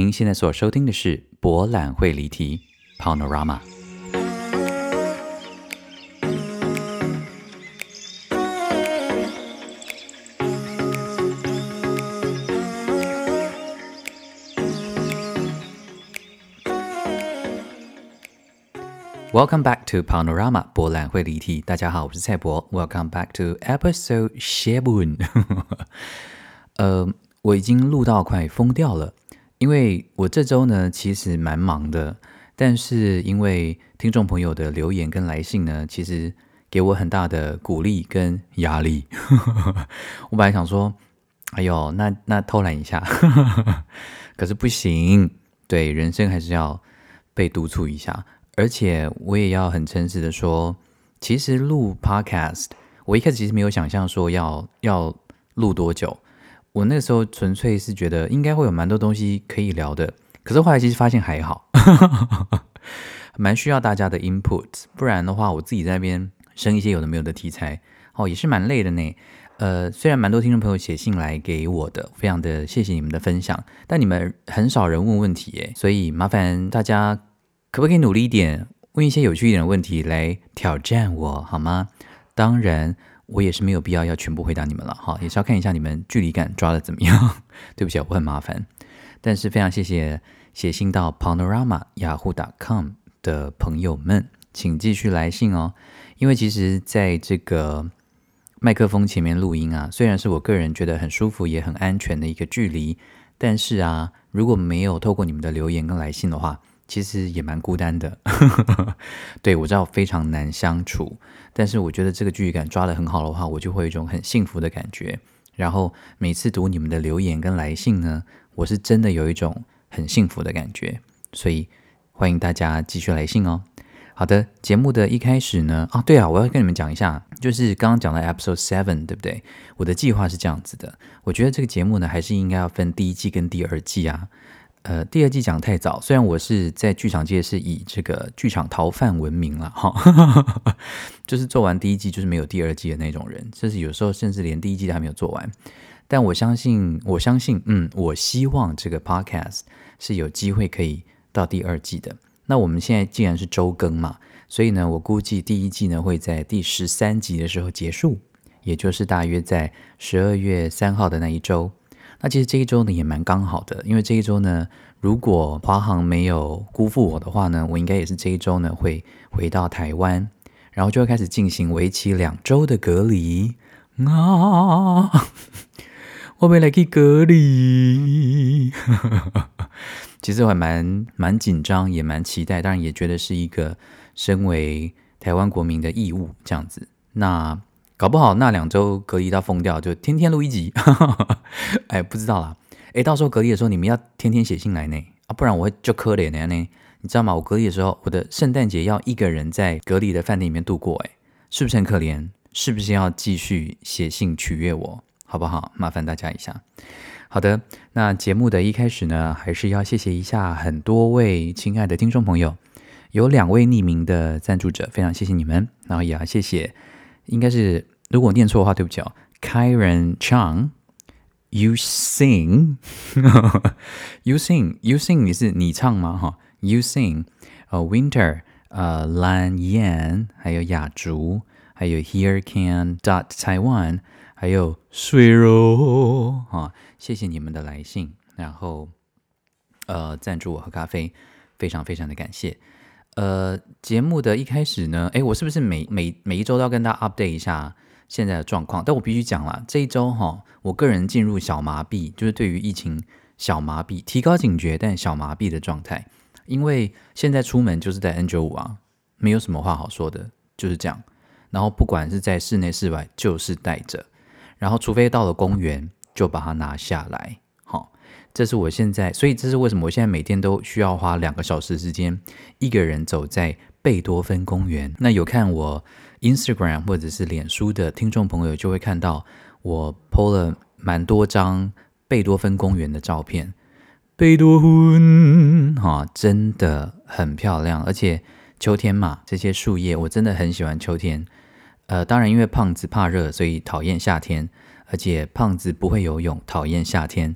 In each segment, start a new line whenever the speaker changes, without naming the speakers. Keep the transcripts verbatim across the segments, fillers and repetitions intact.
您现在所收听的是博览会离题 Panorama。Welcome back to Panorama 博览会离题。大家好，我是蔡博。Welcome back to episode seven 呃，我已经录到快疯掉了，因为我这周呢其实蛮忙的，但是因为听众朋友的留言跟来信呢，其实给我很大的鼓励跟压力。我本来想说，哎呦，那那偷懒一下，可是不行，对，人生还是要被督促一下。而且我也要很诚实的说，其实录 podcast 我一开始其实没有想象说要要录多久，我那个时候纯粹是觉得应该会有蛮多东西可以聊的，可是后来其实发现还好蛮需要大家的 input， 不然的话我自己在那边生一些有的没有的题材哦，也是蛮累的呢。呃，虽然蛮多听众朋友写信来给我的，非常的谢谢你们的分享，但你们很少人问问题耶，所以麻烦大家可不可以努力一点，问一些有趣一点的问题来挑战我，好吗？当然，我也是没有必要要全部回答你们了，哈，也是要看一下你们距离感抓得怎么样。对不起，我很麻烦，但是非常谢谢写信到 panorama yahoo dot com 的朋友们，请继续来信哦。因为其实在这个麦克风前面录音啊，虽然是我个人觉得很舒服也很安全的一个距离，但是啊，如果没有透过你们的留言跟来信的话，其实也蛮孤单的。对，我知道非常难相处，但是我觉得这个距离感抓得很好的话，我就会有一种很幸福的感觉。然后每次读你们的留言跟来信呢，我是真的有一种很幸福的感觉，所以欢迎大家继续来信哦。好的，节目的一开始呢，啊，对啊，我要跟你们讲一下，就是刚刚讲的 episode seven， 对不对？我的计划是这样子的，我觉得这个节目呢，还是应该要分第一季跟第二季啊。呃，第二季讲太早，虽然我是在剧场界是以这个剧场逃犯闻名了哈，就是做完第一季就是没有第二季的那种人，甚至有时候甚至连第一季都还没有做完。但我相信，我相信，嗯，我希望这个 podcast 是有机会可以到第二季的。那我们现在既然是周更嘛，所以呢，我估计第一季呢会在第十三集的时候结束，也就是大约在十二月三号的那一周。那其实这一周呢也蛮刚好的，因为这一周呢，如果华航没有辜负我的话呢，我应该也是这一周呢会回到台湾，然后就会开始进行为期两周的隔离啊！我要来去隔离，其实我还蛮蛮紧张，也蛮期待，当然也觉得是一个身为台湾国民的义务这样子。那搞不好那两周隔离到疯掉，就天天录一集。哎，不知道啦。哎，到时候隔离的时候，你们要天天写信来呢，啊，不然我会就可怜的呢。你知道吗？我隔离的时候，我的圣诞节要一个人在隔离的饭店里面度过，哎，是不是很可怜？是不是要继续写信取悦我？好不好？麻烦大家一下。好的，那节目的一开始呢，还是要谢谢一下很多位亲爱的听众朋友，有两位匿名的赞助者，非常谢谢你们。然后也要谢谢，应该是如果我念错的话，对不起哦 ，Kyron Chang。You sing, you sing, you sing， 你是你唱吗？哈 ，You sing， 呃、uh, ，Winter， 呃、uh, 蓝燕，还有雅竹，还有 Here Can dot Taiwan， 还有水柔，哈，谢谢你们的来信，然后呃赞助我喝咖啡，非常非常的感谢。呃，节目的一开始呢，诶，我是不是每每每一周都要跟大家 update 一下现在的状况？但我必须讲啦，这一周哈，我个人进入小麻痹，就是对于疫情小麻痹，提高警觉但小麻痹的状态。因为现在出门就是戴 N 九十五 啊，没有什么话好说的，就是这样。然后不管是在室内室外，就是戴着。然后除非到了公园，就把它拿下来。好，这是我现在，所以这是为什么我现在每天都需要花两个小时时间，一个人走在贝多芬公园。那有看我 Instagram 或者是脸书的听众朋友就会看到我 po 了蛮多张贝多芬公园的照片。贝多芬、哦、真的很漂亮，而且秋天嘛，这些树叶我真的很喜欢秋天。呃，当然因为胖子怕热，所以讨厌夏天，而且胖子不会游泳，讨厌夏天。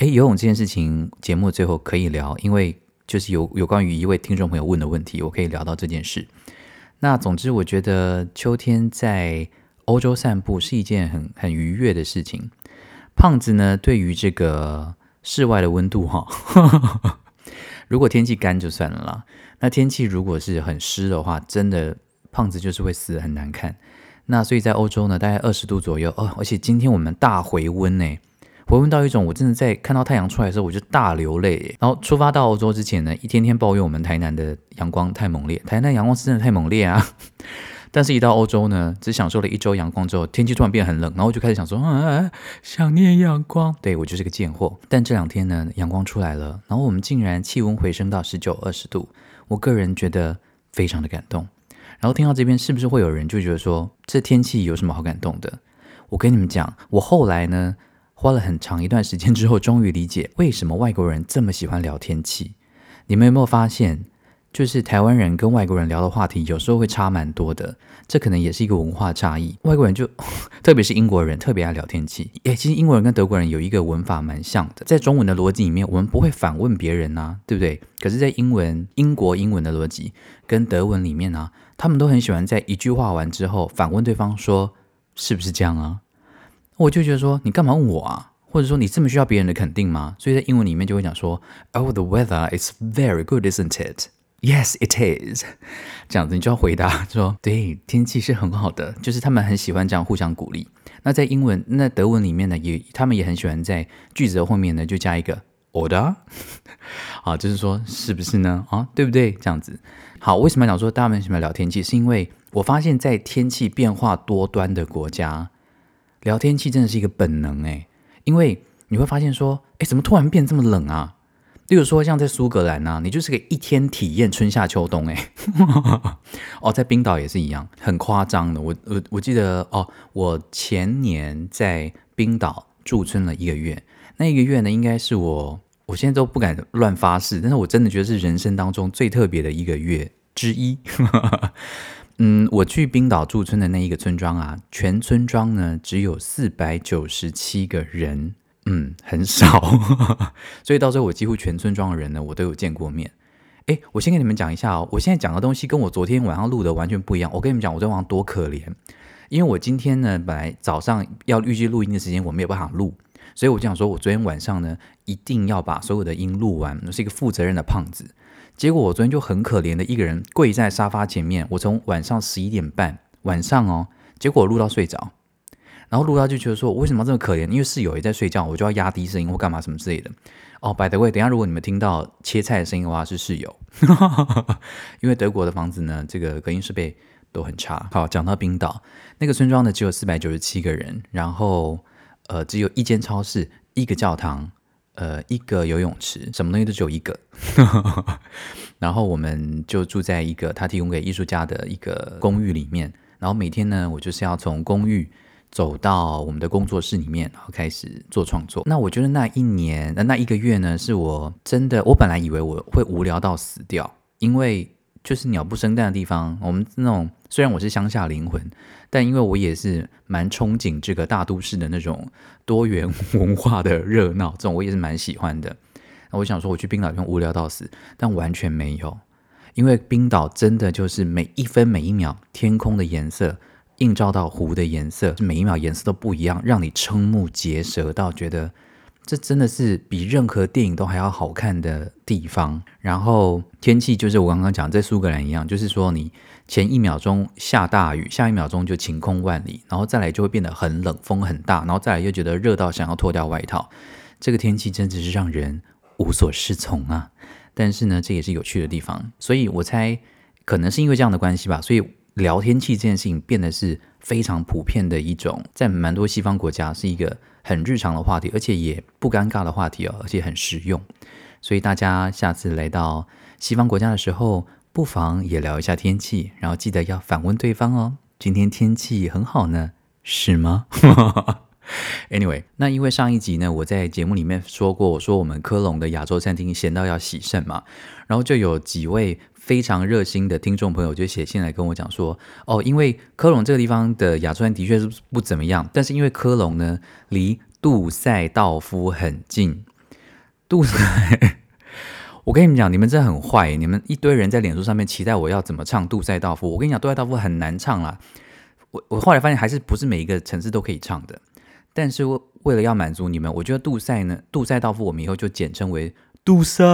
诶，游泳这件事情节目最后可以聊，因为就是有有关于一位听众朋友问的问题，我可以聊到这件事。那总之我觉得秋天在欧洲散步是一件很很愉悦的事情。胖子呢，对于这个室外的温度哈，如果天气干就算了啦，那天气如果是很湿的话，真的胖子就是会死得很难看。那所以在欧洲呢，大概二十度左右哦，而且今天我们大回温呢，回温到一种我真的在看到太阳出来的时候我就大流泪耶。然后出发到欧洲之前呢，一天天抱怨我们台南的阳光太猛烈，台南阳光是真的太猛烈啊。但是一到欧洲呢，只享受了一周阳光之后，天气突然变很冷，然后我就开始想说，啊，想念阳光。对，我就是个贱货。但这两天呢，阳光出来了，然后我们竟然气温回升到十九、二十度，我个人觉得非常的感动。然后听到这边，是不是会有人就觉得说，这天气有什么好感动的？我跟你们讲，我后来呢，花了很长一段时间之后，终于理解为什么外国人这么喜欢聊天气。你们有没有发现？就是台湾人跟外国人聊的话题有时候会差蛮多的，这可能也是一个文化差异。外国人就特别是英国人特别爱聊天气。诶，其实英国人跟德国人有一个文法蛮像的，在中文的逻辑里面我们不会反问别人啊，对不对？可是在英文英国英文的逻辑跟德文里面啊，他们都很喜欢在一句话完之后反问对方说是不是这样啊。我就觉得说你干嘛问我啊，或者说你这么需要别人的肯定吗？所以在英文里面就会讲说 Oh, the weather is very good, isn't it?Yes, it is. 这样子你就要回答说，对，天气是很好的，就是他们很喜欢这样互相鼓励。那在英文、那德文里面呢，也他们也很喜欢在句子的后面呢就加一个 oder 啊，就是说是不是呢？啊，对不对？这样子。好，为什么讲说大家们喜欢聊天气？是因为我发现在天气变化多端的国家，聊天气真的是一个本能诶，因为你会发现说，诶，怎么突然变这么冷啊？例如说像在苏格兰啊，你就是可以一天体验春夏秋冬哎。哦，在冰岛也是一样，很夸张的。我我我记得哦，我前年在冰岛驻村了一个月，那一个月呢，应该是我我现在都不敢乱发誓，但是我真的觉得是人生当中最特别的一个月之一。嗯，我去冰岛驻村的那一个村庄啊，全村庄呢只有四百九十七个人。嗯，很少。所以到时候我几乎全村庄的人呢，我都有见过面。诶，我先跟你们讲一下哦，我现在讲的东西跟我昨天晚上录的完全不一样。我跟你们讲，我昨天晚上多可怜，因为我今天呢，本来早上要预计录音的时间我没有办法录，所以我就想说我昨天晚上呢，一定要把所有的音录完。我是一个负责任的胖子，结果我昨天就很可怜的一个人跪在沙发前面，我从晚上十一点半晚上哦，结果我录到睡着。然后录到就觉得说，我为什么要这么可怜？因为室友也在睡觉，我就要压低声音或干嘛什么之类的。哦 ，by the way， 等一下如果你们听到切菜的声音的话，是室友。因为德国的房子呢，这个隔音设备都很差。好，讲到冰岛那个村庄呢，只有四百九十七个人，然后呃，只有一间超市、一个教堂、呃，一个游泳池，什么东西都只有一个。然后我们就住在一个他提供给艺术家的一个公寓里面，然后每天呢，我就是要从公寓走到我们的工作室里面，然后开始做创作。那我觉得那一年那一个月呢，是我真的，我本来以为我会无聊到死掉，因为就是鸟不生蛋的地方，我们那种虽然我是乡下灵魂，但因为我也是蛮憧憬这个大都市的那种多元文化的热闹，这种我也是蛮喜欢的。那我想说我去冰岛无聊到死，但完全没有，因为冰岛真的就是每一分每一秒天空的颜色映照到湖的颜色，每一秒颜色都不一样，让你瞠目结舌到觉得这真的是比任何电影都还要好看的地方。然后天气就是我刚刚讲在苏格兰一样，就是说你前一秒钟下大雨，下一秒钟就晴空万里，然后再来就会变得很冷，风很大，然后再来又觉得热到想要脱掉外套。这个天气真的是让人无所适从啊。但是呢，这也是有趣的地方，所以我猜可能是因为这样的关系吧，所以聊天气这件事情变得是非常普遍的一种，在蛮多西方国家是一个很日常的话题，而且也不尴尬的话题哦，而且很实用。所以大家下次来到西方国家的时候，不妨也聊一下天气，然后记得要反问对方哦，今天天气很好呢，是吗？Anyway， 那因为上一集呢，我在节目里面说过，我说我们科隆的亚洲餐厅咸到要洗肾嘛，然后就有几位非常热心的听众朋友就写信来跟我讲说，哦，因为科隆这个地方的亚洲餐的确是不怎么样，但是因为科隆呢离杜塞道夫很近， 杜塞，我跟你们讲，你们真的很坏，你们一堆人在脸书上面期待我要怎么唱杜塞道夫。我跟你讲，杜塞道夫很难唱啦。我我后来发现，还是不是每一个城市都可以唱的。但是为了要满足你们，我觉得杜塞呢，杜塞道夫我们以后就简称为杜塞，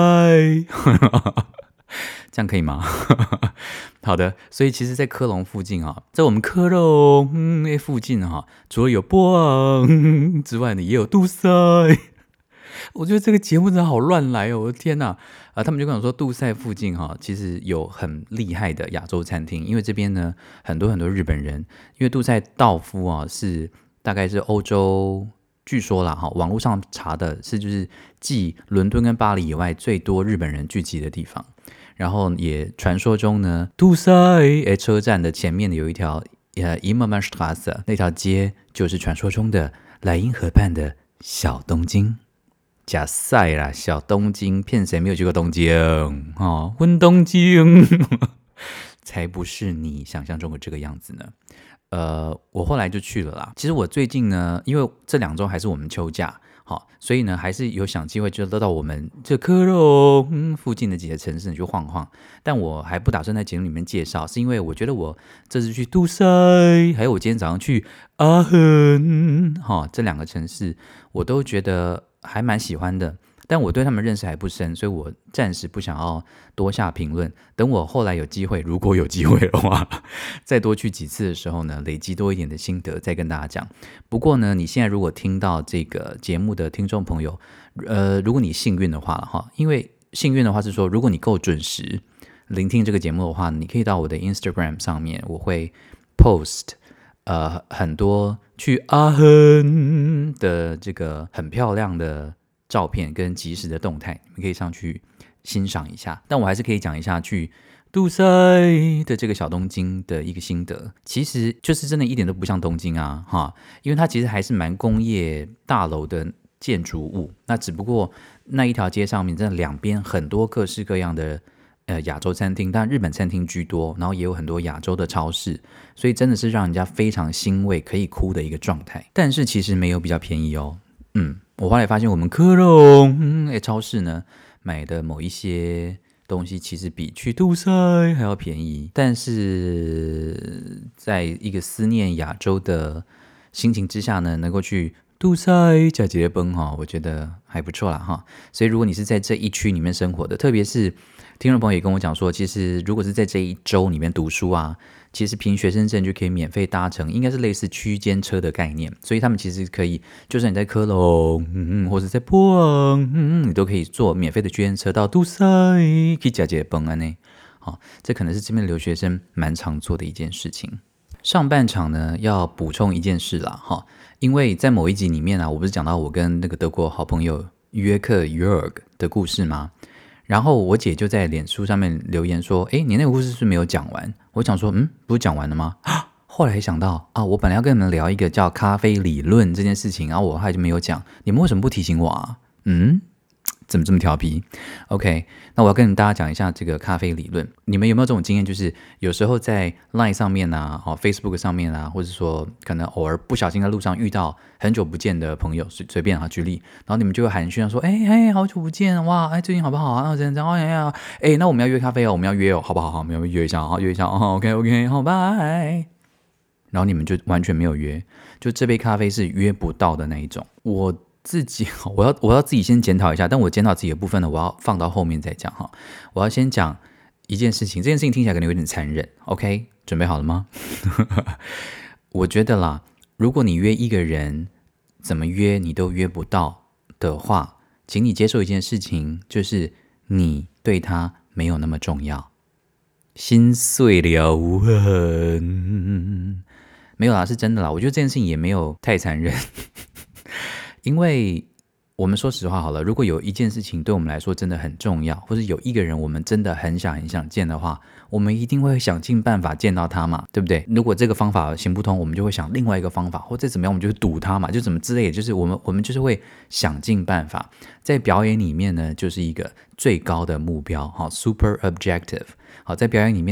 这样可以吗？好的，所以其实在科隆附近啊，在我们科隆、嗯、附近哈、啊，除了有波昂之外呢，也有杜塞。我觉得这个节目真的好乱来哦！我的天哪！啊，他们就跟我说，杜塞附近哈、啊，其实有很厉害的亚洲餐厅，因为这边呢很多很多日本人，因为杜塞道夫啊是大概是欧洲，据说啦哈，网络上查的是就是继伦敦跟巴黎以外最多日本人聚集的地方。然后也传说中呢，杜塞诶车站的前面有一条呃 Immermannstraße， 那条街就是传说中的莱茵河畔的小东京。假赛啦，小东京，骗谁没有去过东京哦？问东京，才不是你想象中的这个样子呢。呃，我后来就去了啦。其实我最近呢，因为这两周还是我们休假，好，所以呢还是有想机会就到我们这科隆附近的几个城市去晃晃。但我还不打算在节目里面介绍，是因为我觉得我这次去杜塞，还有我今天早上去阿亨，哈，这两个城市我都觉得还蛮喜欢的，但我对他们认识还不深，所以我暂时不想要多下评论。等我后来有机会，如果有机会的话，再多去几次的时候呢，累积多一点的心得，再跟大家讲。不过呢，你现在如果听到这个节目的听众朋友，呃，如果你幸运的话哈，因为幸运的话是说，如果你够准时聆听这个节目的话，你可以到我的 Instagram 上面，我会 post 呃很多去阿亨的这个很漂亮的照片跟即时的动态，你们可以上去欣赏一下。但我还是可以讲一下去杜塞的这个小东京的一个心得，其实就是真的一点都不像东京啊哈，因为它其实还是蛮工业大楼的建筑物，那只不过那一条街上面真的两边很多各式各样的呃亚洲餐厅，但日本餐厅居多，然后也有很多亚洲的超市，所以真的是让人家非常欣慰可以哭的一个状态。但是其实没有比较便宜哦，嗯，我后来发现我们科隆、嗯、超市呢买的某一些东西其实比去杜塞还要便宜，但是在一个思念亚洲的心情之下呢，能够去杜塞加结崩哈，我觉得还不错啦哈。所以如果你是在这一区里面生活的，特别是听众朋友也跟我讲说，其实如果是在这一州里面读书啊，其实凭学生证就可以免费搭乘，应该是类似区间车的概念，所以他们其实可以，就算你在科隆，嗯，或者在波昂，嗯，你都可以坐免费的区间车到杜塞去加结崩啊呢。好，这可能是这边留学生蛮常做的一件事情。上半场呢，要补充一件事啦，哈，因为在某一集里面啊，我不是讲到我跟那个德国好朋友约克 Jörg 的故事吗？然后我姐就在脸书上面留言说，诶，你那个故事是没有讲完。我想说，嗯，不是讲完了吗？后来想到啊，我本来要跟你们聊一个叫咖啡理论这件事情，然后我后来就没有讲，你们为什么不提醒我啊？嗯，怎么这么调皮 ？OK， 那我要跟大家讲一下这个咖啡理论。你们有没有这种经验？就是有时候在 Line 上面啊、哦、Facebook 上面啊，或者说可能偶尔不小心在路上遇到很久不见的朋友，随随便啊举例，然后你们就会寒暄说：“哎哎，好久不见，哇，哎，最近好不好啊？这样这样，哎呀，哎，那我们要约咖啡哦，我们要约哦，好不好？好，我们要约一下，好，约一下，哦 ，OK OK， 好，拜。”然后你们就完全没有约，就这杯咖啡是约不到的那一种。我自己，我要我要自己先检讨一下，但我检讨自己的部分呢，我要放到后面再讲哈。我要先讲一件事情，这件事情听起来可能有点残忍 ，OK， 准备好了吗？我觉得啦，如果你约一个人，怎么约你都约不到的话，请你接受一件事情，就是你对他没有那么重要。心碎了无痕，没有啦，是真的啦。我觉得这件事情也没有太残忍，因为我们说实话好了，如果有一件事情对我们来说真的很重要，或是有一个人我们真的很想很想见的话，我们一定会想尽办法见到他嘛，对不对？如果这个方法行不通，我们就会想另外一个方法，或者怎么样，我们就会堵他嘛，就怎么之类的，就是我们我们就是会想尽办法。在表演里面呢，就是一个最高的目标，好 ，super objective。好，在表演里面呢，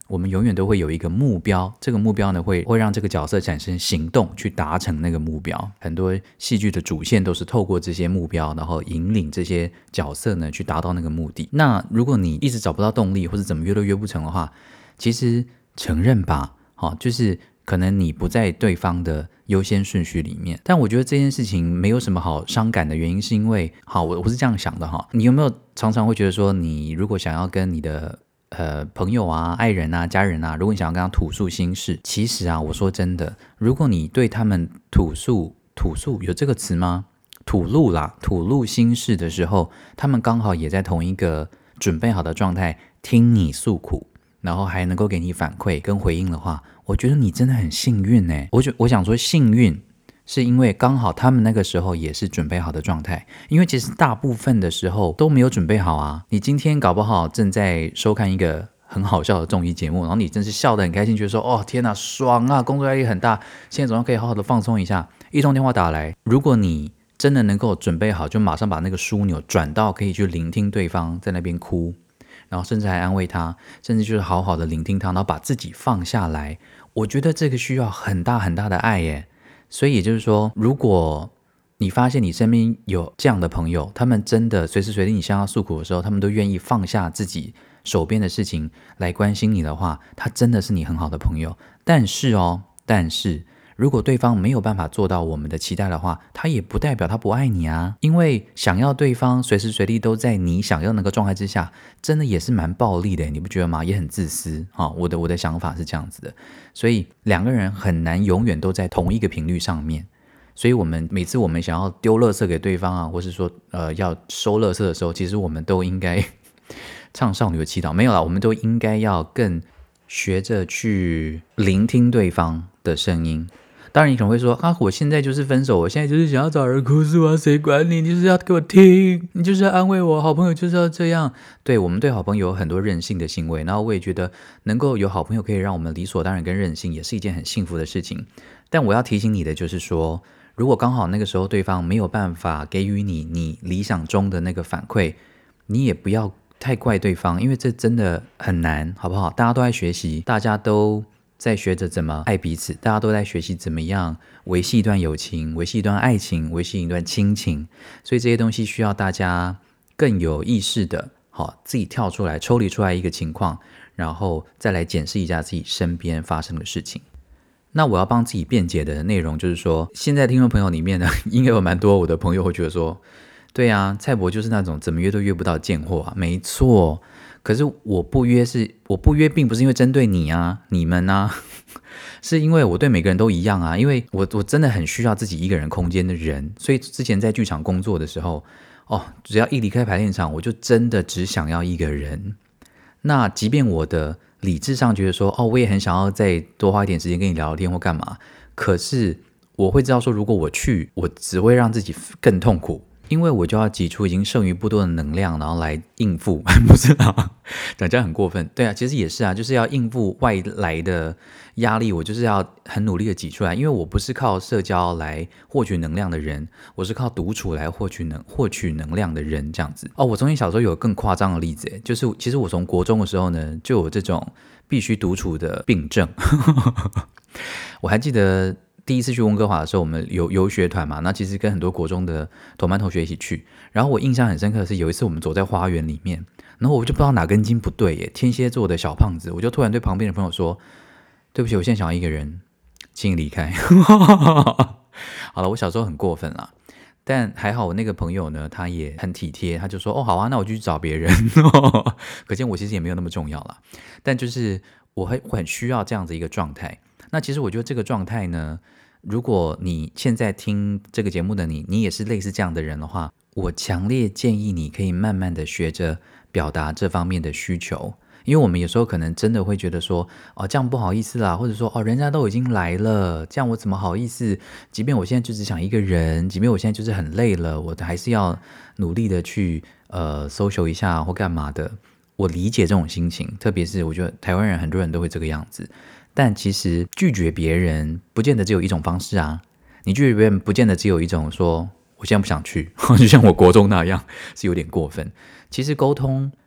我们永远都会有一个目标，这个目标呢会会让这个角色产生行动去达成那个目标。很多戏剧的主线都是透过这些目标，然后引领这些角色呢去达到那个目的。那如果你一直找不到动力，或者怎么约都约不成的话，其实承认吧，好，就是可能你不在对方的优先顺序里面。但我觉得这件事情没有什么好伤感的原因，是因为好，我我是这样想的哈。你有没有常常会觉得说，你如果想要跟你的呃朋友啊、爱人啊、家人啊，如果你想要跟他吐诉心事，其实啊，我说真的，如果你对他们吐诉吐诉有这个词吗？吐露啦，吐露心事的时候，他们刚好也在同一个准备好的状态听你诉苦，然后还能够给你反馈跟回应的话，我觉得你真的很幸运耶。我我想说幸运是因为刚好他们那个时候也是准备好的状态，因为其实大部分的时候都没有准备好啊。你今天搞不好正在收看一个很好笑的综艺节目，然后你真是笑得很开心，觉得说哦天哪，爽啊，工作压力很大，现在总要可以好好的放松一下。一通电话打来，如果你真的能够准备好，就马上把那个枢纽转到可以去聆听对方在那边哭，然后甚至还安慰他，甚至就是好好的聆听他，然后把自己放下来。我觉得这个需要很大很大的爱耶。所以也就是说，如果你发现你身边有这样的朋友，他们真的随时随地你向他诉苦的时候，他们都愿意放下自己手边的事情来关心你的话，他真的是你很好的朋友。但是哦，但是如果对方没有办法做到我们的期待的话，他也不代表他不爱你啊。因为想要对方随时随地都在你想要那个状态之下，真的也是蛮暴力的，你不觉得吗？也很自私、哦、我的我的想法是这样子的。所以两个人很难永远都在同一个频率上面。所以我们每次我们想要丢垃圾给对方啊，或是说呃要收垃圾的时候，其实我们都应该唱少女的祈祷，没有啦，我们都应该要更学着去聆听对方的声音。当然你可能会说啊，我现在就是分手，我现在就是想要找人哭诉啊，谁管你，你就是要给我听，你就是要安慰我，好朋友就是要这样。对，我们对好朋友有很多任性的行为，然后我也觉得能够有好朋友可以让我们理所当然跟任性，也是一件很幸福的事情。但我要提醒你的就是说，如果刚好那个时候对方没有办法给予你你理想中的那个反馈，你也不要太怪对方，因为这真的很难，好不好？大家都在学习，大家都在学着怎么爱彼此，大家都在学习怎么样维系一段友情，维系一段爱情，维系一段亲情。所以这些东西需要大家更有意识的，好，自己跳出来，抽离出来一个情况，然后再来检视一下自己身边发生的事情。那我要帮自己辩解的内容就是说，现在听众朋友里面呢，应该有蛮多我的朋友会觉得说，对啊，蔡伯就是那种怎么约都约不到的贱货啊。没错，可是我不约是我不约并不是因为针对你啊你们啊是因为我对每个人都一样啊。因为我我真的很需要自己一个人空间的人，所以之前在剧场工作的时候，哦，只要一离开排练场，我就真的只想要一个人。那即便我的理智上觉得说，哦，我也很想要再多花一点时间跟你聊聊天或干嘛，可是我会知道说，如果我去，我只会让自己更痛苦，因为我就要挤出已经剩余不多的能量，然后来应付不是啊，讲这样很过分。对啊，其实也是啊，就是要应付外来的压力，我就是要很努力的挤出来。因为我不是靠社交来获取能量的人，我是靠独处来获取能获取能量的人，这样子。哦，我从前小时候有更夸张的例子，就是其实我从国中的时候呢，就有这种必须独处的病症我还记得第一次去温哥华的时候，我们有游学团嘛，那其实跟很多国中的同班同学一起去。然后我印象很深刻的是，有一次我们走在花园里面，然后我就不知道哪根筋不对耶，天蝎座的小胖子，我就突然对旁边的朋友说：“对不起，我现在想要一个人，请你离开。”好了，我小时候很过分啦，但还好我那个朋友呢，他也很体贴，他就说：“哦，好啊，那我就去找别人。”可见我其实也没有那么重要啦，但就是我很我很需要这样子一个状态。那其实我觉得这个状态呢，如果你现在听这个节目的你，你也是类似这样的人的话，我强烈建议你可以慢慢的学着表达这方面的需求。因为我们有时候可能真的会觉得说，哦，这样不好意思啦，或者说，哦，人家都已经来了，这样我怎么好意思？即便我现在就只想一个人，即便我现在就是很累了，我还是要努力的去呃 social 一下或干嘛的。我理解这种心情，特别是我觉得台湾人很多人都会这个样子。但其实拒绝别人不见得只有一种方式啊，你拒绝别人不见得只有一种说我现在不想去，就像我国中那样是有点过分。其实沟通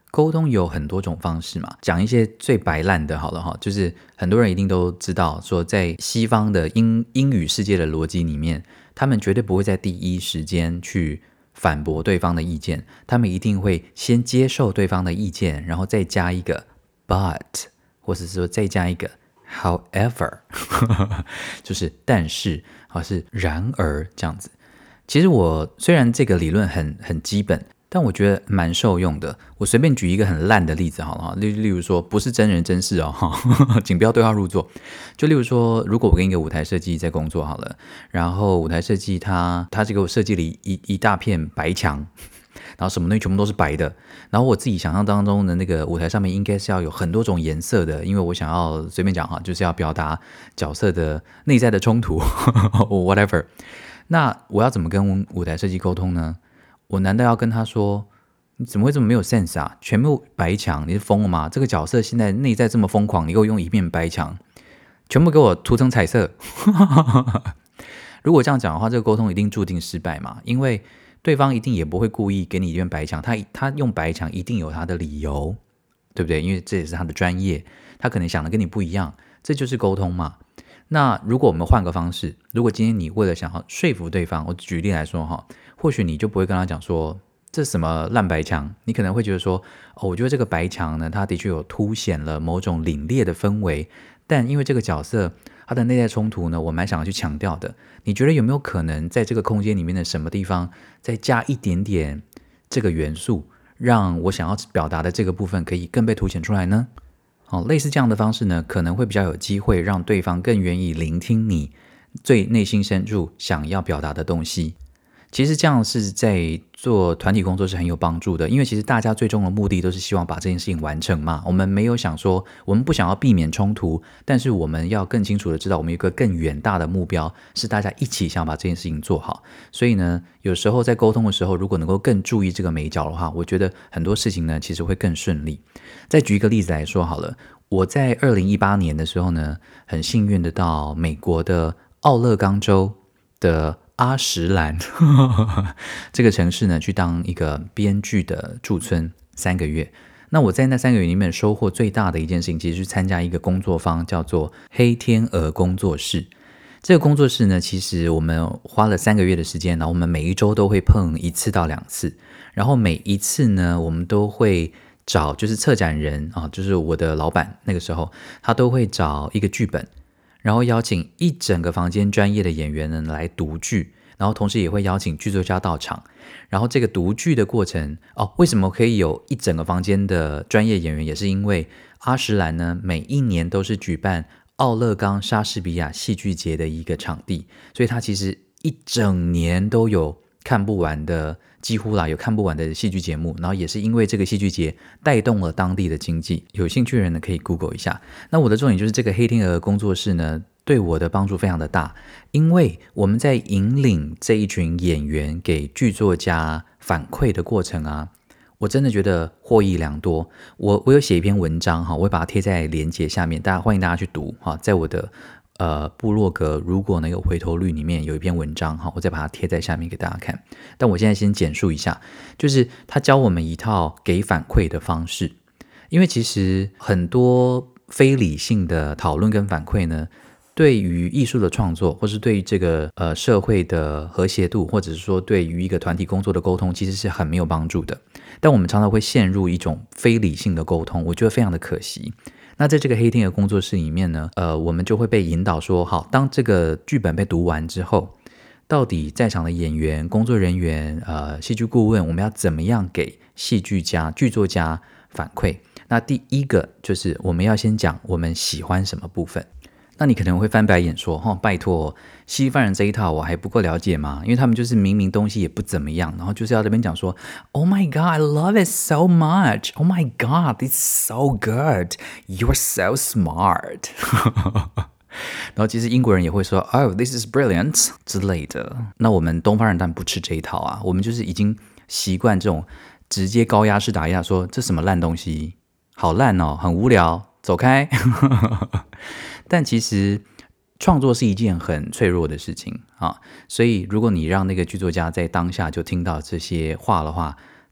沟通有很多种方式嘛，讲一些最白烂的好了哈，就是很多人一定都知道说，在西方的英英语世界的逻辑里面，他们绝对不会在第一时间去反驳对方的意见，他们一定会先接受对方的意见，然后再加一个 but， 或者是说再加一个 however， 就是但是或是然而这样子。其实我虽然这个理论很很基本，但我觉得蛮受用的。我随便举一个很烂的例子好了，例例如说，不是真人真事哦，请不要对号入座。就例如说，如果我跟一个舞台设计在工作好了，然后舞台设计他他这个设计了一一大片白墙，然后什么东西全部都是白的，然后我自己想象当中的那个舞台上面应该是要有很多种颜色的，因为我想要随便讲哈，就是要表达角色的内在的冲突whatever。那我要怎么跟舞台设计沟通呢？我难道要跟他说，你怎么会这么没有 sense 啊？全部白墙，你是疯了吗？这个角色现在内在这么疯狂，你给我用一面白墙，全部给我涂成彩色。如果这样讲的话，这个沟通一定注定失败嘛，因为对方一定也不会故意给你一面白墙，他他用白墙一定有他的理由，对不对？因为这也是他的专业，他可能想的跟你不一样，这就是沟通嘛。那如果我们换个方式，如果今天你为了想要说服对方，我举例来说哈，或许你就不会跟他讲说这什么烂白墙，你可能会觉得说，哦，我觉得这个白墙呢，它的确有凸显了某种凛冽的氛围，但因为这个角色他的内在冲突呢，我蛮想要去强调的。你觉得有没有可能在这个空间里面的什么地方再加一点点这个元素，让我想要表达的这个部分可以更被凸显出来呢？哦，类似这样的方式呢，可能会比较有机会让对方更愿意聆听你最内心深处想要表达的东西。其实这样是在做团体工作是很有帮助的，因为其实大家最终的目的都是希望把这件事情完成嘛。我们没有想说，我们不想要避免冲突，但是我们要更清楚的知道，我们有一个更远大的目标，是大家一起想把这件事情做好。所以呢，有时候在沟通的时候，如果能够更注意这个美角的话，我觉得很多事情呢，其实会更顺利。再举一个例子来说好了，我在二零一八年的时候呢，很幸运的到美国的奥勒冈州的阿什兰这个城市呢，去当一个编剧的驻村三个月。那我在那三个月里面收获最大的一件事情，其实是参加一个工作坊，叫做黑天鹅工作室。这个工作室呢，其实我们花了三个月的时间，然后我们每一周都会碰一次到两次，然后每一次呢，我们都会找就是策展人啊，就是我的老板，那个时候他都会找一个剧本，然后邀请一整个房间专业的演员呢来读剧，然后同时也会邀请剧作家到场。然后这个读剧的过程哦，为什么可以有一整个房间的专业演员，也是因为阿什兰呢每一年都是举办奥勒冈莎士比亚戏剧节的一个场地，所以它其实一整年都有看不完的，几乎啦有看不完的戏剧节目，然后也是因为这个戏剧节带动了当地的经济。有兴趣的人呢可以 Google 一下。那我的重点就是这个黑天鹅工作室呢，对我的帮助非常的大，因为我们在引领这一群演员给剧作家反馈的过程啊，我真的觉得获益良多。我我有写一篇文章哈，我会把它贴在连结下面，大家欢迎大家去读哈，在我的呃部落格如果能有回头率里面有一篇文章哈，我再把它贴在下面给大家看。但我现在先简述一下，就是他教我们一套给反馈的方式，因为其实很多非理性的讨论跟反馈呢，对于艺术的创作，或是对于这个呃社会的和谐度，或者是说对于一个团体工作的沟通，其实是很没有帮助的。但我们常常会陷入一种非理性的沟通，我觉得非常的可惜。那在这个黑天鹅工作室里面呢，呃，我们就会被引导说，好，当这个剧本被读完之后，到底在场的演员、工作人员、呃，戏剧顾问，我们要怎么样给戏剧家、剧作家反馈？那第一个就是我们要先讲我们喜欢什么部分。那你可能会翻白眼说，哦，拜托，西方人这一套我还不够了解吗？因为他们就是明明东西也不怎么样，然后就是要这边讲说 Oh my God, I love it so much. Oh my God, it's so good. You're so smart. 然后其实英国人也会说 Oh, this is brilliant 之类的。那我们东方人当然不吃这一套啊，我们就是已经习惯这种直接高压式打压，说这什么烂东西，好烂哦，很无聊，走开。但其实创作是一件很脆弱的事情啊，所以如果你让那个剧作家在当下就听到这些话的话，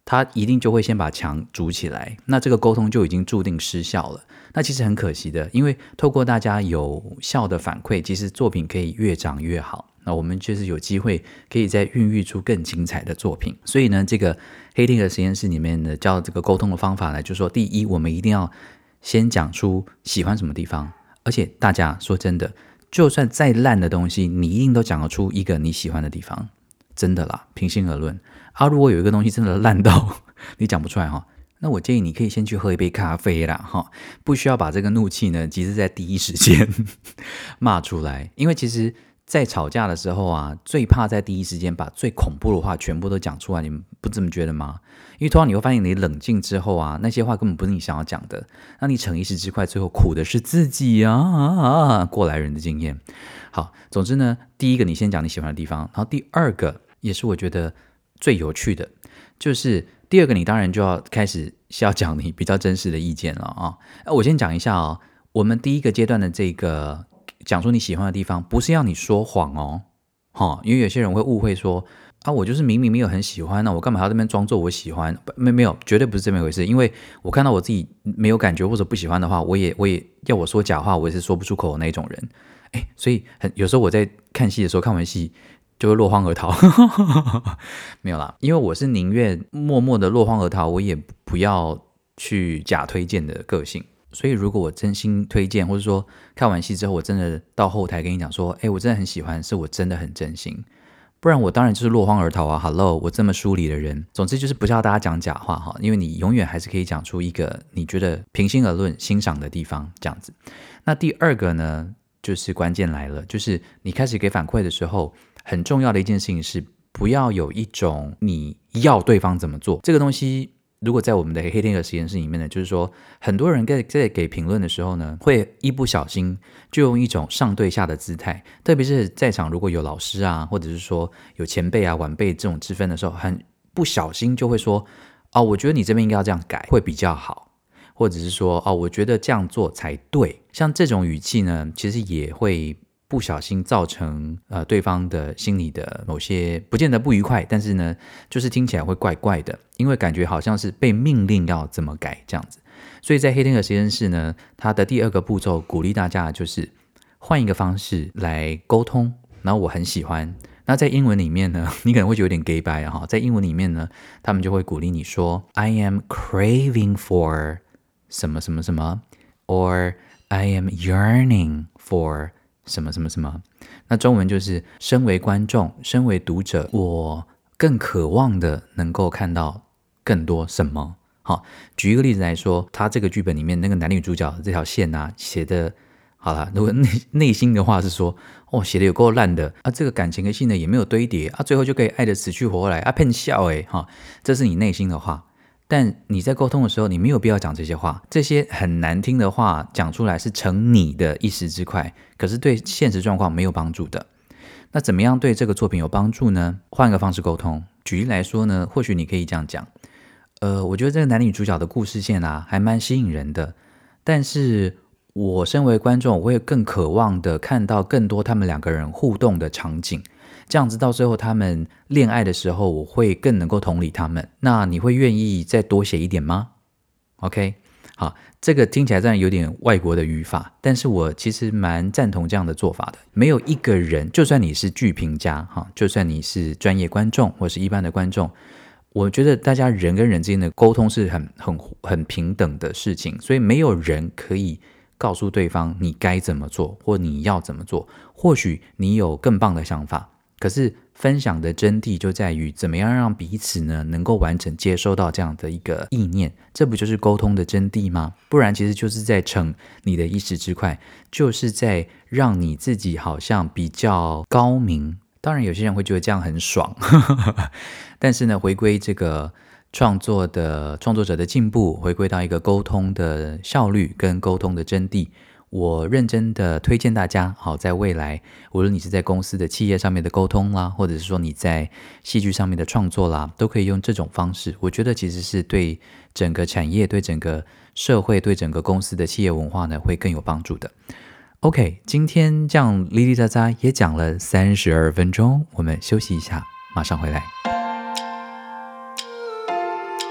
他一定就会先把墙筑起来，那这个沟通就已经注定失效了。那其实很可惜的，因为透过大家有效的反馈，其实作品可以越长越好。那我们就是有机会可以再孕育出更精彩的作品。所以呢，这个黑天鹅实验室里面的教这个沟通的方法呢，就是说，第一，我们一定要先讲出喜欢什么地方，而且大家说真的，就算再烂的东西，你一定都讲得出一个你喜欢的地方，真的啦，平心而论。啊，如果有一个东西真的烂到你讲不出来哈，那我建议你可以先去喝一杯咖啡啦哈，不需要把这个怒气呢，其实在第一时间骂出来，因为其实在吵架的时候啊，最怕在第一时间把最恐怖的话全部都讲出来，你们不这么觉得吗？因为通常你会发现，你冷静之后啊，那些话根本不是你想要讲的，那你逞一时之快，最后苦的是自己啊！啊过来人的经验。好，总之呢，第一个你先讲你喜欢的地方，然后第二个也是我觉得最有趣的，就是第二个你当然就要开始是要讲你比较真实的意见了啊。我先讲一下哦，我们第一个阶段的这个讲出你喜欢的地方，不是要你说谎哦，哦因为有些人会误会说啊，我就是明明没有很喜欢，那我干嘛要在那边装作我喜欢？没没有，绝对不是这么一回事。因为我看到我自己没有感觉或者不喜欢的话，我也我也要我说假话，我也是说不出口的那种人。哎，所以很有时候我在看戏的时候，看完戏就会落荒而逃，没有啦，因为我是宁愿默默的落荒而逃，我也不要去假推荐的个性。所以如果我真心推荐，或者说看完戏之后我真的到后台跟你讲说，哎，我真的很喜欢，是我真的很真心，不然我当然就是落荒而逃啊。 Hello， 我这么疏离的人。总之就是不是要大家讲假话哈，因为你永远还是可以讲出一个你觉得平心而论欣赏的地方这样子。那第二个呢，就是关键来了，就是你开始给反馈的时候，很重要的一件事情是不要有一种你要对方怎么做这个东西。如果在我们的黑天鹅实验室里面呢，就是说很多人在在给评论的时候呢，会一不小心就用一种上对下的姿态，特别是在场如果有老师啊，或者是说有前辈啊晚辈这种之分的时候，很不小心就会说哦，我觉得你这边应该要这样改会比较好，或者是说哦，我觉得这样做才对。像这种语气呢，其实也会不小心造成呃对方的心里的某些不见得不愉快，但是呢，就是听起来会怪怪的，因为感觉好像是被命令要怎么改这样子。所以在黑天鹅实验室呢，它的第二个步骤鼓励大家就是换一个方式来沟通，然后我很喜欢。那在英文里面呢，你可能会觉得有点 gay bye 哈，在英文里面呢，他们就会鼓励你说 I am craving for 什么什么什么 or I am yearning for 什么什么什么。那中文就是身为观众，身为读者，我更渴望的能够看到更多什么。好，举一个例子来说，他这个剧本里面那个男女主角这条线啊，写的好了，如果 内, 内心的话是说，哦，写的有够烂的啊，这个感情的戏呢也没有堆叠啊，最后就可以爱得死去活来啊，骗笑哎哈，这是你内心的话。但你在沟通的时候，你没有必要讲这些话，这些很难听的话讲出来是逞你的一时之快，可是对现实状况没有帮助的。那怎么样对这个作品有帮助呢？换个方式沟通。举例来说呢，或许你可以这样讲，呃，我觉得这个男女主角的故事线啊，还蛮吸引人的，但是我身为观众，我会更渴望的看到更多他们两个人互动的场景，这样子到最后他们恋爱的时候，我会更能够同理他们。那你会愿意再多写一点吗？ OK， 好，这个听起来这样有点外国的语法，但是我其实蛮赞同这样的做法的。没有一个人，就算你是剧评家，就算你是专业观众或是一般的观众，我觉得大家人跟人之间的沟通是很很很平等的事情，所以没有人可以告诉对方你该怎么做或你要怎么做。或许你有更棒的想法，可是分享的真谛就在于怎么样让彼此呢能够完整接收到这样的一个意念，这不就是沟通的真谛吗？不然其实就是在逞你的一时之快，就是在让你自己好像比较高明。当然有些人会觉得这样很爽但是呢，回归这个创作的创作者的进步，回归到一个沟通的效率跟沟通的真谛，我认真的推荐大家，好，在未来无论你是在公司的企业上面的沟通啦，或者是说你在戏剧上面的创作啦，都可以用这种方式。我觉得其实是对整个产业，对整个社会，对整个公司的企业文化呢会更有帮助的。OK， 今天这样哩哩喳喳也讲了三十二分钟，我们休息一下，马上回来。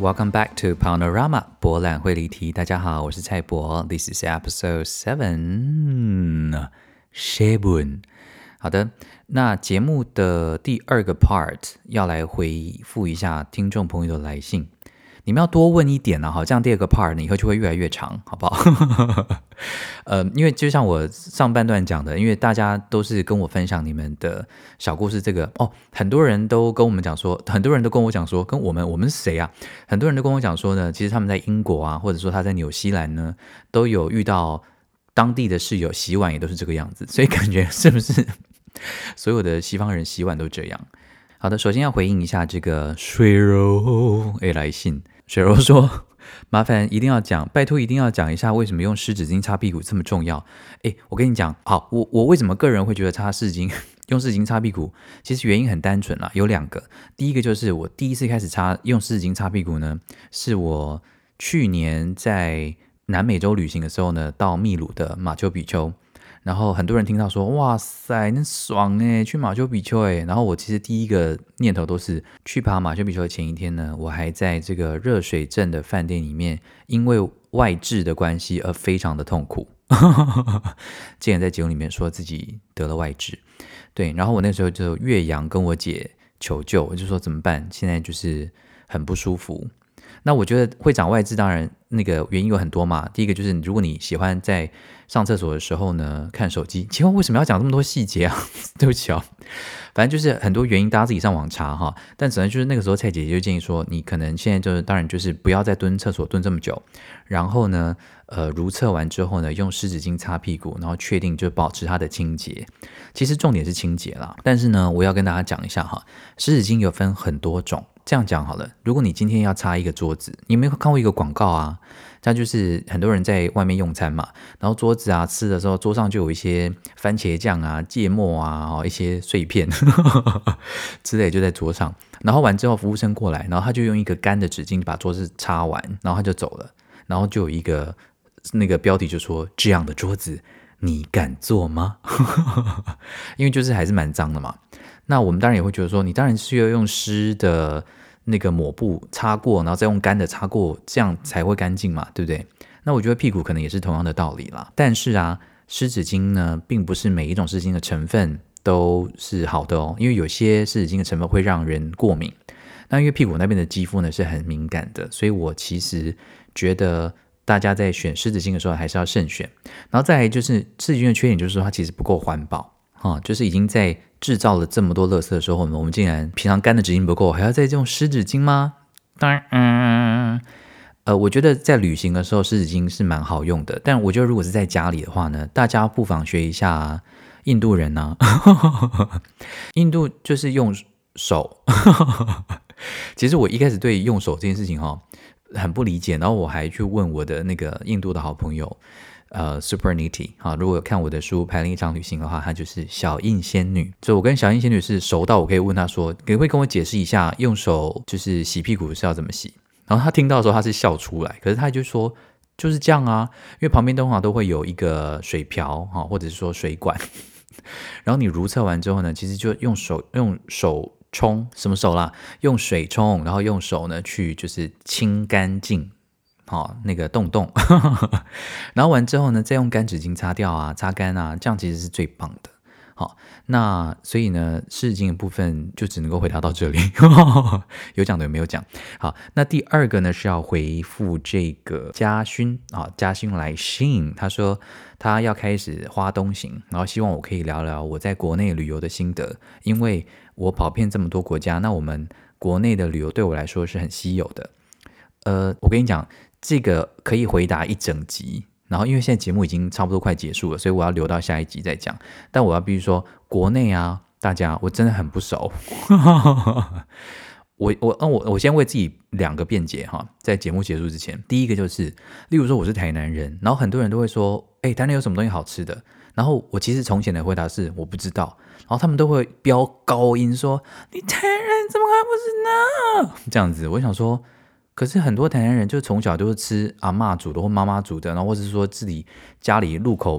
Welcome back to Panorama 博览会离题。大家好，我是蔡博。This is episode seven. Seven. 好的，那节目的第二个 part 要来回复一下听众朋友的来信。你们要多问一点啊，好，这样第二个 part 呢以后就会越来越长，好不好？呃，因为就像我上半段讲的，因为大家都是跟我分享你们的小故事，这个哦，很多人都跟我们讲说，很多人都跟我讲说，跟我们我们是谁啊？很多人都跟我讲说呢，其实他们在英国啊，或者说他在纽西兰呢，都有遇到当地的室友洗碗也都是这个样子，所以感觉是不是所有的西方人洗碗都这样？好的，首先要回应一下这个水柔诶来信，水柔说麻烦一定要讲，拜托一定要讲一下为什么用湿纸巾擦屁股这么重要。诶我跟你讲，好，我我为什么个人会觉得擦湿纸巾用湿纸巾擦屁股，其实原因很单纯啦，有两个。第一个就是我第一次开始擦用湿纸巾擦屁股呢，是我去年在南美洲旅行的时候呢，到秘鲁的马丘比丘。然后很多人听到说哇塞那爽耶，去马丘比丘耶，然后我其实第一个念头都是去爬马丘比丘的前一天呢，我还在这个热水镇的饭店里面因为外痔的关系而非常的痛苦竟然在节目里面说自己得了外痔，对，然后我那时候就岳阳跟我姐求救，我就说怎么办，现在就是很不舒服。那我觉得会长外痔当然那个原因有很多嘛，第一个就是如果你喜欢在上厕所的时候呢看手机，请问为什么要讲这么多细节啊对不起哦，反正就是很多原因大家自己上网查哈，但只能就是那个时候蔡姐姐就建议说你可能现在就是当然就是不要再蹲厕所蹲这么久，然后呢呃如厕完之后呢用湿纸巾擦屁股，然后确定就保持它的清洁，其实重点是清洁啦，但是呢我要跟大家讲一下哈，湿纸巾有分很多种，这样讲好了，如果你今天要擦一个桌子，你有没有看过一个广告啊，这样就是很多人在外面用餐嘛，然后桌子啊吃的时候桌上就有一些番茄酱啊芥末啊一些碎片之类就在桌上，然后完之后服务生过来，然后他就用一个干的纸巾把桌子擦完，然后他就走了，然后就有一个那个标题就说这样的桌子你敢坐吗因为就是还是蛮脏的嘛，那我们当然也会觉得说你当然是要用湿的那个抹布擦过，然后再用干的擦过，这样才会干净嘛，对不对？那我觉得屁股可能也是同样的道理啦，但是啊湿纸巾呢并不是每一种湿纸巾的成分都是好的哦，因为有些湿纸巾的成分会让人过敏，那因为屁股那边的肌肤呢是很敏感的，所以我其实觉得大家在选湿纸巾的时候还是要慎选，然后再来就是湿纸巾的缺点就是说它其实不够环保啊，就是已经在制造了这么多垃圾的时候，我们竟然平常干的纸巾不够，还要再用湿纸巾吗？当然，嗯，呃，我觉得在旅行的时候湿纸巾是蛮好用的，但我觉得如果是在家里的话呢，大家不妨学一下印度人啊，印度就是用手，其实我一开始对用手这件事情哈很不理解，然后我还去问我的那个印度的好朋友。呃 Super Niti 啊，如果有看我的书排另一场旅行的话，她就是小印仙女，所以我跟小印仙女是熟到我可以问她说可不可以跟我解释一下用手就是洗屁股是要怎么洗，然后她听到的时候她是笑出来，可是她就说就是这样啊，因为旁边通常都会有一个水瓢或者是说水管然后你如厕完之后呢，其实就用手用手冲，什么手啦，用水冲，然后用手呢去就是清干净哦，那个洞洞然后完之后呢再用干纸巾擦掉啊擦干啊，这样其实是最棒的。好，那所以呢湿纸巾的部分就只能够回答到这里有讲的有没有讲。好，那第二个呢是要回复这个嘉勋啊，嘉勋来信，他说他要开始花东行，然后希望我可以聊聊我在国内旅游的心得，因为我跑遍这么多国家，那我们国内的旅游对我来说是很稀有的。呃，我跟你讲这个可以回答一整集，然后因为现在节目已经差不多快结束了，所以我要留到下一集再讲，但我要必须说国内啊大家我真的很不熟我我我我先为自己两个辩解哈，在节目结束之前，第一个就是，例如说我是台南人，然后很多人都会说，哎，台南有什么东西好吃的？然后我其实从前的回答是我不知道，然后他们都会飙高音说，你台南人怎么还不知道？这样子，我想说，可是很多台南人就从小都是吃阿嬷煮的或妈妈煮的，然后或者是说自己家里路口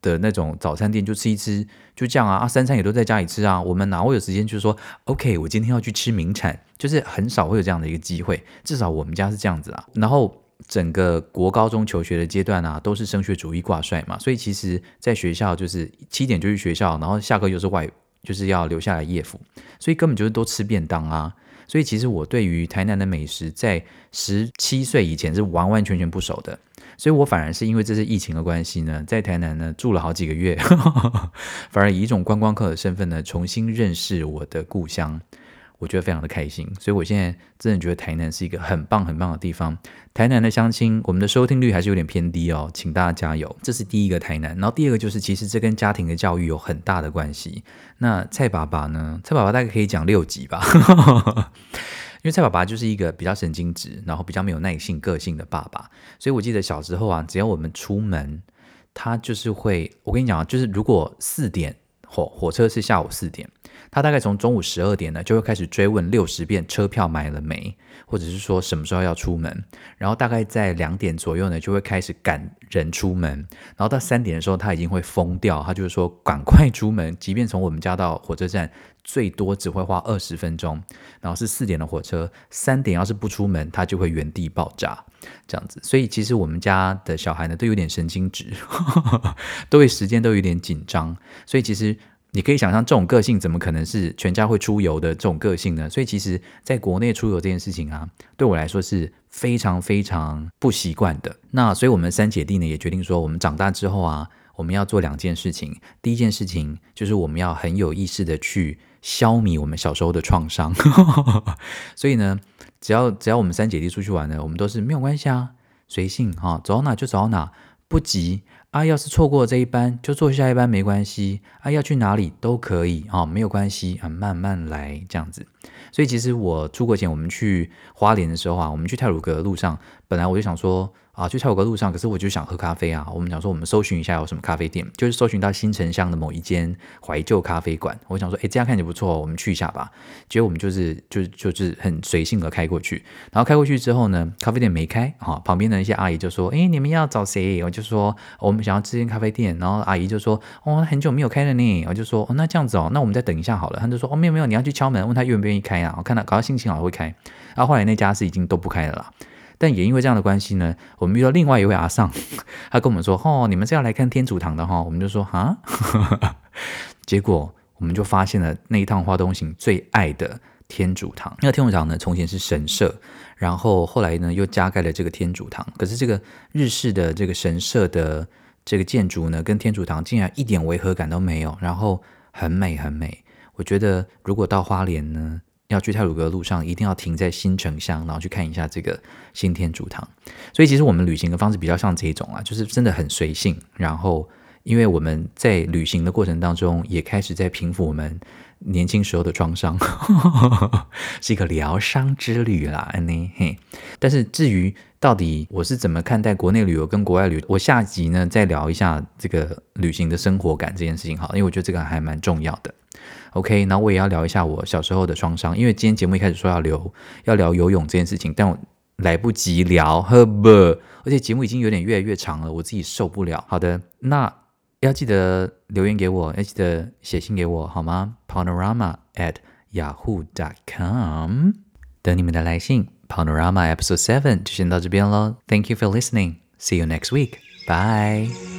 的那种早餐店就吃一吃，就这样啊啊，三餐也都在家里吃啊，我们哪会有时间就是说 OK 我今天要去吃名产，就是很少会有这样的一个机会，至少我们家是这样子啊。然后整个国高中求学的阶段啊，都是升学主义挂帅嘛，所以其实在学校就是七点就去学校，然后下课又是外就是要留下来夜辅，所以根本就是都吃便当啊。所以其实我对于台南的美食在十七岁以前是完完全全不熟的，所以我反而是因为这是疫情的关系呢，在台南呢住了好几个月反而以一种观光客的身份呢重新认识我的故乡，我觉得非常的开心。所以我现在真的觉得台南是一个很棒很棒的地方。台南的乡亲，我们的收听率还是有点偏低哦，请大家加油。这是第一个台南。然后第二个就是其实这跟家庭的教育有很大的关系。那蔡爸爸呢，蔡爸爸大概可以讲六集吧因为蔡爸爸就是一个比较神经质，然后比较没有耐性个性的爸爸，所以我记得小时候啊，只要我们出门，他就是会，我跟你讲啊，就是如果四点火火车是下午四点，他大概从中午十二点呢就会开始追问六十遍车票买了没，或者是说什么时候要出门，然后大概在两点左右呢就会开始赶人出门，然后到三点的时候他已经会疯掉，他就是说赶快出门，即便从我们家到火车站最多只会花二十分钟，然后是四点的火车，三点要是不出门他就会原地爆炸这样子。所以其实我们家的小孩呢都有点神经质都对时间都有点紧张，所以其实你可以想象这种个性怎么可能是全家会出游的这种个性呢？所以其实在国内出游这件事情啊，对我来说是非常非常不习惯的。那所以我们三姐弟呢也决定说，我们长大之后啊，我们要做两件事情。第一件事情就是我们要很有意识的去消弭我们小时候的创伤所以呢只要只要我们三姐弟出去玩呢，我们都是没有关系啊，随性哈，走到哪就走到哪，不急啊，要是错过这一班就坐下一班没关系啊，要去哪里都可以啊，没有关系啊，慢慢来这样子。所以其实我出国前我们去花莲的时候啊，我们去太鲁阁的路上，本来我就想说啊，去太鲁阁路上，可是我就想喝咖啡啊，我们想说我们搜寻一下有什么咖啡店，就是搜寻到新城乡的某一间怀旧咖啡馆，我想说诶这样看起来不错，我们去一下吧。结果我们就是就就是很随性的开过去，然后开过去之后呢，咖啡店没开啊，旁边的一些阿姨就说诶你们要找谁？我就说、哦、我们想要吃间咖啡店，然后阿姨就说哦很久没有开了呢，我就说哦那这样子哦，那我们再等一下好了。他就说哦没有没有，你要去敲门问他愿不愿意开啊，我看他搞到心情好会开。然后后来那家是已经都不开了啦。但也因为这样的关系呢，我们遇到另外一位阿桑，他跟我们说哦你们是要来看天主堂的哈，我们就说哈结果我们就发现了那一趟花东行最爱的天主堂。那个天主堂呢从前是神社，然后后来呢又加盖了这个天主堂，可是这个日式的这个神社的这个建筑呢跟天主堂竟然一点违和感都没有，然后很美很美。我觉得如果到花莲呢要去太鲁阁的路上一定要停在新城乡，然后去看一下这个新天主堂。所以其实我们旅行的方式比较像这种啊，就是真的很随性，然后因为我们在旅行的过程当中也开始在平复我们年轻时候的创伤是一个疗伤之旅啦嘿。但是至于到底我是怎么看待国内旅游跟国外旅游，我下集呢再聊一下这个旅行的生活感这件事情好了，因为我觉得这个还蛮重要的。OK， 然后我也要聊一下我小时候的创伤，因为今天节目一开始说要聊要聊游泳这件事情，但我来不及聊，呵不，而且节目已经有点越来越长了，我自己受不了。好的，那要记得留言给我，要记得写信给我好吗？ panorama at yahoo dot com 等你们的来信。 Panorama episode seven 就先到这边咯。 Thank you for listening. See you next week. Bye.